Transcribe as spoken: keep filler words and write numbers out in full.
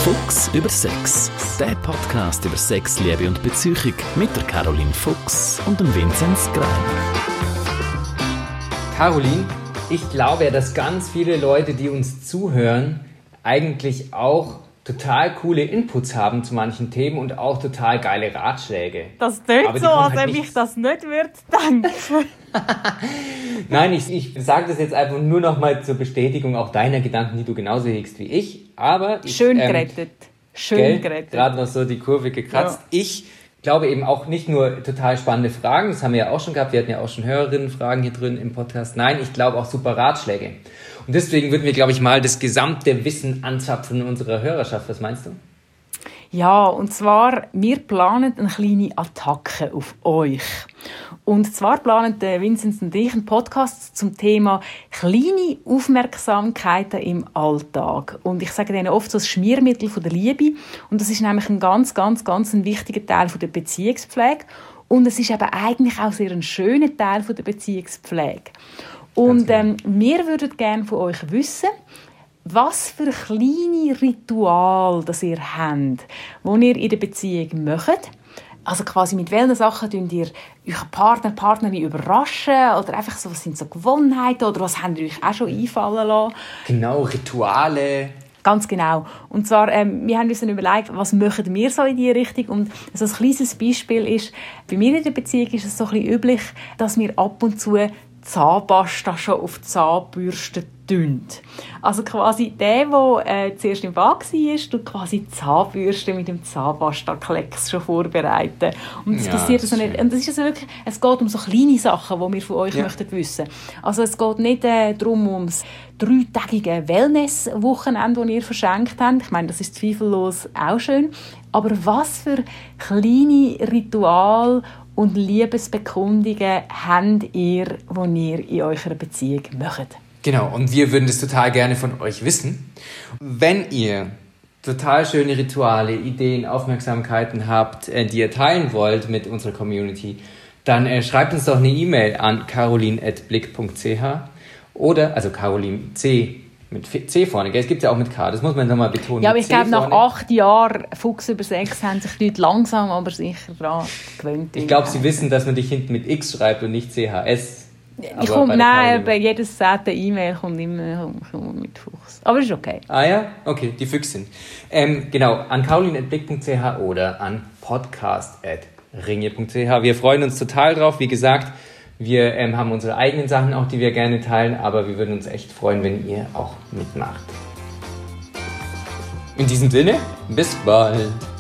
Fuchs über Sex. Der Podcast über Sex, Liebe und Beziehung mit der Caroline Fuchs und dem Vinzenz Grein. Caroline, ich glaube ja, dass ganz viele Leute, die uns zuhören, eigentlich auch total coole Inputs haben zu manchen Themen und auch total geile Ratschläge. Das klingt so, als halt ob ich das nicht würde denken. Nein, ich, ich sage das jetzt einfach nur noch mal zur Bestätigung auch deiner Gedanken, die du genauso hegst wie ich. Aber ich, Schön ähm, gerettet. Schön gell, gerettet. Gerade noch so die Kurve gekratzt. Ja. Ich glaube eben auch nicht nur total spannende Fragen, das haben wir ja auch schon gehabt, wir hatten ja auch schon Hörerinnenfragen hier drin im Podcast. Nein, ich glaube auch super Ratschläge. Und deswegen würden wir, glaube ich, mal das gesamte Wissen anzapfen in unserer Hörerschaft. Was meinst du? Ja, und zwar, wir planen eine kleine Attacke auf euch. Und zwar planen Vinzenz und ich einen Podcast zum Thema kleine Aufmerksamkeiten im Alltag. Und ich sage denen oft so das Schmiermittel von der Liebe. Und das ist nämlich ein ganz, ganz, ganz ein wichtiger Teil von der Beziehungspflege. Und es ist eben eigentlich auch sehr ein schöner Teil von der Beziehungspflege. Und ähm, wir würden gerne von euch wissen, was für kleine Rituale das ihr habt, die ihr in der Beziehung macht. Also quasi mit welchen Sachen könnt ihr euren Partner, Partnerin überraschen oder einfach so, was sind so Gewohnheiten oder was habt ihr euch auch schon einfallen lassen? Genau, Rituale. Ganz genau. Und zwar, ähm, wir haben uns dann überlegt, was machen wir so in diese Richtung. Und so ein kleines Beispiel ist, bei mir in der Beziehung ist es so ein bisschen üblich, dass wir ab und zu Zahnpasta schon auf die Zahnbürste tun. Also quasi der, der äh, zuerst im Bad war, tut quasi die Zahnbürste mit dem Zahnpasta-Klecks schon vorbereiten. Und das ja, passiert so nicht. Und das ist also wirklich, es geht um so kleine Sachen, die wir von euch ja. möchten wissen. Also es geht nicht äh, darum, ums dreitägige Wellness-Wochenende, das ihr verschenkt habt. Ich meine, das ist zweifellos auch schön. Aber was für kleine Rituale und Liebesbekundungen habt ihr, die ihr in eurer Beziehung macht? Genau, und wir würden das total gerne von euch wissen. Wenn ihr total schöne Rituale, Ideen, Aufmerksamkeiten habt, die ihr teilen wollt mit unserer Community, dann äh, schreibt uns doch eine E-Mail an caroline at blick punkt c h oder, also Caroline C. mit C vorne, gell? Es gibt ja auch mit K, das muss man nochmal betonen. Ja, aber ich glaube, nach acht Jahren Fuchs über Sex haben sich die Leute langsam, aber sicher daran gewöhnt. Ich glaube, sie wissen, dass man dich hinten mit X schreibt und nicht C H S. Ich komm, nein, bei jedes zehnte E-Mail kommt immer mit Fuchs. Aber ist okay. Ah ja? Okay, die Füchsin. Ähm, genau, an caroline at blick punkt c h oder an podcast at ringe punkt c h. Wir freuen uns total drauf. Wie gesagt, wir ähm, haben unsere eigenen Sachen auch, die wir gerne teilen, aber wir würden uns echt freuen, wenn ihr auch mitmacht. In diesem Sinne, bis bald.